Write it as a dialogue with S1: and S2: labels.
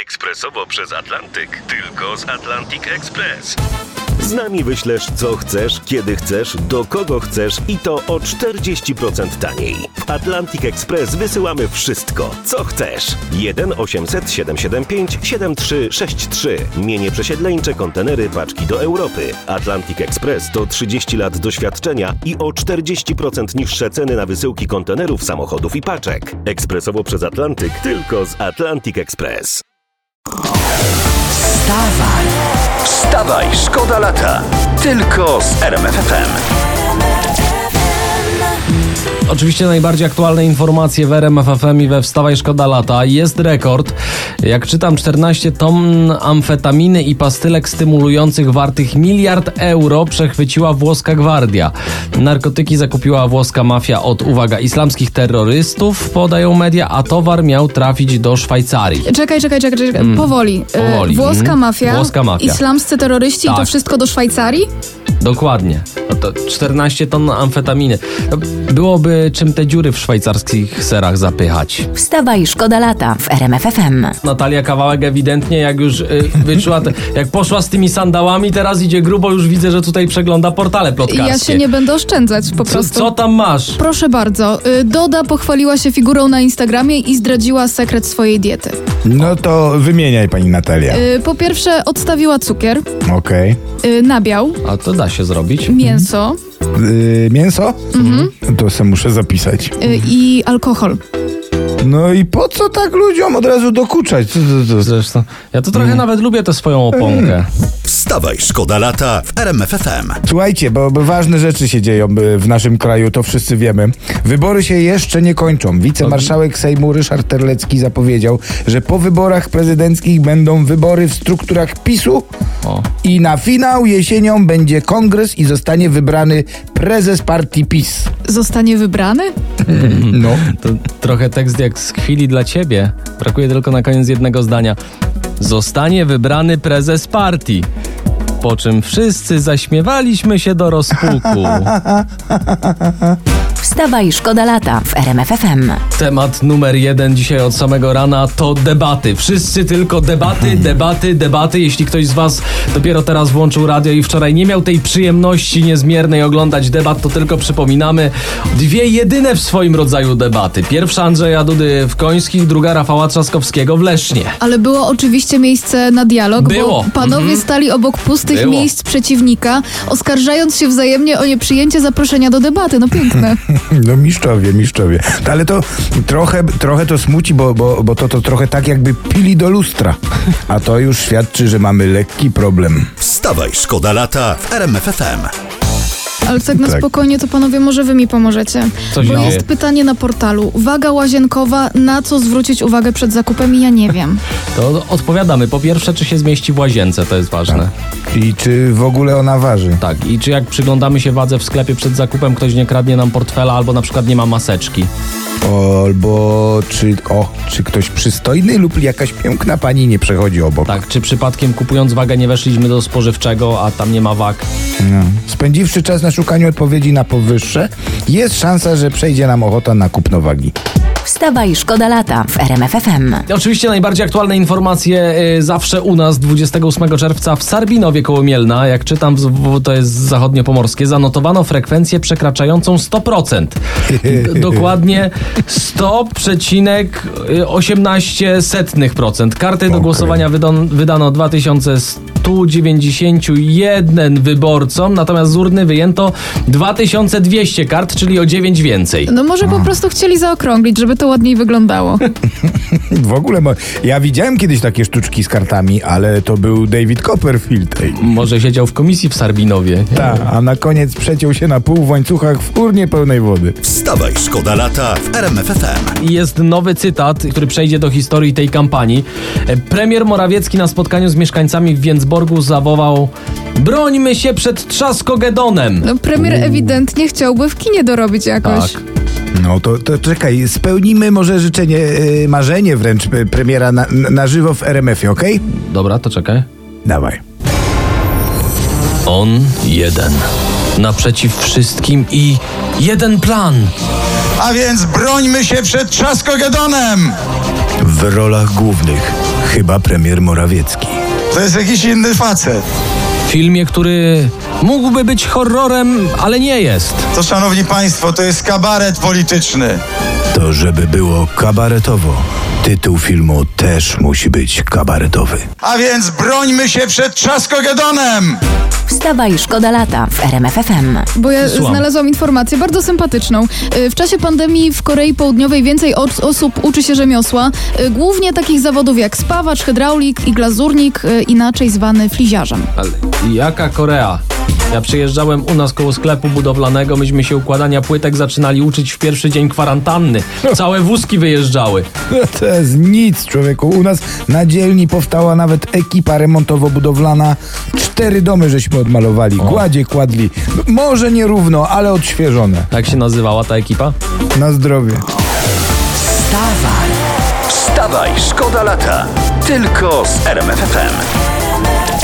S1: Ekspresowo przez Atlantyk. Tylko z Atlantic Express. Z nami wyślesz co chcesz, kiedy chcesz, do kogo chcesz i to o 40% taniej. W Atlantic Express wysyłamy wszystko, co chcesz. 1 800 775 7363. Mienie przesiedleńcze, kontenery, paczki do Europy. Atlantic Express to 30 lat doświadczenia i o 40% niższe ceny na wysyłki kontenerów, samochodów i paczek. Ekspresowo przez Atlantyk. Tylko z Atlantic Express.
S2: Wstawaj! Wstawaj, szkoda lata. Tylko z RMF FM.
S3: Oczywiście najbardziej aktualne informacje w RMF FM i we Wstawaj, szkoda lata. Jest rekord. Jak czytam, 14 ton amfetaminy i pastylek stymulujących wartych 1 miliard euro przechwyciła włoska gwardia. Narkotyki zakupiła włoska mafia od, uwaga, islamskich terrorystów, podają media, a towar miał trafić do Szwajcarii.
S4: Czekaj. Powoli. Włoska mafia, islamscy terroryści, tak. I to wszystko do Szwajcarii?
S3: Dokładnie. No to 14 ton amfetaminy. Byłoby czym te dziury w szwajcarskich serach zapychać.
S5: Wstawaj, szkoda lata w RMF FM.
S3: Natalia Kawałek ewidentnie jak już wyczuła, jak poszła z tymi sandałami, teraz idzie grubo, już widzę, że tutaj przegląda portale plotkarskie.
S4: Ja się nie będę oszczędzać po prostu.
S3: Co tam masz?
S4: Proszę bardzo. Doda pochwaliła się figurą na Instagramie i zdradziła sekret swojej diety.
S6: No to wymieniaj, pani Natalia.
S4: Po pierwsze odstawiła cukier.
S6: Okej.
S4: Nabiał.
S3: A to da się zrobić.
S4: Mięso.
S6: Mięso? Mhm. To sobie muszę zapisać.
S4: I alkohol.
S6: No i po co tak ludziom od razu dokuczać? Co?
S3: Zresztą, ja to trochę nawet lubię tę swoją oponkę.
S2: Wstawaj, szkoda lata w RMF FM.
S6: Słuchajcie, bo ważne rzeczy się dzieją w naszym kraju, to wszyscy wiemy. Wybory się jeszcze nie kończą. Wicemarszałek Sejmu Ryszard Terlecki zapowiedział, że po wyborach prezydenckich będą wybory w strukturach PiS-u i na finał jesienią będzie kongres i zostanie wybrany prezes partii PiS.
S4: Zostanie wybrany?
S6: No.
S3: To trochę tekst jak z chwili dla ciebie. Brakuje tylko na koniec jednego zdania. Zostanie wybrany prezes partii. Po czym wszyscy zaśmiewaliśmy się do rozpuku.
S5: Wstawaj, szkoda lata w RMF FM.
S3: Temat numer 1 dzisiaj od samego rana to debaty. Wszyscy tylko debaty. Jeśli ktoś z was dopiero teraz włączył radio i wczoraj nie miał tej przyjemności niezmiernej oglądać debat, to tylko przypominamy 2 jedyne w swoim rodzaju debaty. Pierwsza Andrzeja Dudy w Końskich, druga Rafała Trzaskowskiego w Lesznie.
S4: Ale było oczywiście miejsce na dialog,
S3: było.
S4: Bo panowie stali obok pustych miejsc przeciwnika, oskarżając się wzajemnie o nieprzyjęcie zaproszenia do debaty. No piękne.
S6: No mistrzowie. Ale to trochę to smuci, bo to trochę tak jakby pili do lustra. A to już świadczy, że mamy lekki problem.
S2: Wstawaj, szkoda lata w RMF FM.
S4: Ale tak na spokojnie, to panowie, może wy mi pomożecie. Bo jest pytanie na portalu. Waga łazienkowa, na co zwrócić uwagę przed zakupem? I ja nie wiem.
S3: To odpowiadamy. Po pierwsze, czy się zmieści w łazience, to jest ważne.
S6: Tak. I czy w ogóle ona waży.
S3: Tak. I czy jak przyglądamy się wadze w sklepie przed zakupem, ktoś nie kradnie nam portfela albo na przykład nie ma maseczki.
S6: Albo czy ktoś przystojny lub jakaś piękna pani nie przechodzi obok.
S3: Tak, czy przypadkiem kupując wagę nie weszliśmy do spożywczego, a tam nie ma wag.
S6: No. Spędziwszy czas na szukaniu odpowiedzi na powyższe, jest szansa, że przejdzie nam ochota na kupno wagi.
S5: Wstawaj, szkoda lata w RMF FM.
S3: Oczywiście najbardziej aktualne informacje zawsze u nas 28 czerwca w Sarbinowie koło Mielna. Jak czytam, to jest zachodniopomorskie, zanotowano frekwencję przekraczającą 100%. Dokładnie 100,18%. Karty do głosowania wydano 2191 wyborcom, natomiast z urny wyjęto 2200 kart, czyli o 9 więcej.
S4: No może po prostu chcieli zaokrąglić, żeby to ładniej wyglądało.
S6: W ogóle, ja widziałem kiedyś takie sztuczki z kartami, ale to był David Copperfield.
S3: Może siedział w komisji w Sarbinowie.
S6: Tak, a na koniec przeciął się na pół w łańcuchach w urnie pełnej wody.
S2: Wstawaj, szkoda lata w RMF FM.
S3: I jest nowy cytat, który przejdzie do historii tej kampanii. Premier Morawiecki na spotkaniu z mieszkańcami w Więcborgu zawołał: brońmy się przed Trzaskogedonem.
S4: No premier ewidentnie chciałby w kinie dorobić jakoś.
S3: Tak.
S6: No to czekaj, spełnimy może życzenie, marzenie wręcz premiera na żywo w RMF-ie, okej?
S3: Dobra, to czekaj.
S6: Dawaj.
S3: On jeden. Naprzeciw wszystkim i jeden plan.
S7: A więc brońmy się przed Trzaskogedonem!
S6: W rolach głównych Chyba premier Morawiecki.
S7: To jest jakiś inny facet.
S3: W filmie, który mógłby być horrorem, ale nie jest.
S7: To, szanowni państwo, to jest kabaret polityczny.
S6: To żeby było kabaretowo, tytuł filmu też musi być kabaretowy.
S7: A więc brońmy się przed Trzaskogedonem!
S5: Wstawaj, szkoda lata w RMF FM.
S4: Bo ja
S3: Słucham.
S4: znalazłam informację bardzo sympatyczną. W czasie pandemii w Korei Południowej więcej osób uczy się rzemiosła, głównie takich zawodów jak spawacz, hydraulik i glazurnik, inaczej zwany fliziarzem.
S3: Ale jaka Korea? Ja przyjeżdżałem u nas koło sklepu budowlanego, myśmy się układania płytek zaczynali uczyć w pierwszy dzień kwarantanny. Całe wózki wyjeżdżały.
S6: To jest nic, człowieku. U nas na dzielni powstała nawet ekipa remontowo-budowlana. 4 domy żeśmy odmalowali, kładzie kładli. Może nierówno, ale odświeżone.
S3: Jak się nazywała ta ekipa?
S6: Na zdrowie.
S2: Wstawaj, szkoda lata. Tylko z RMF FM.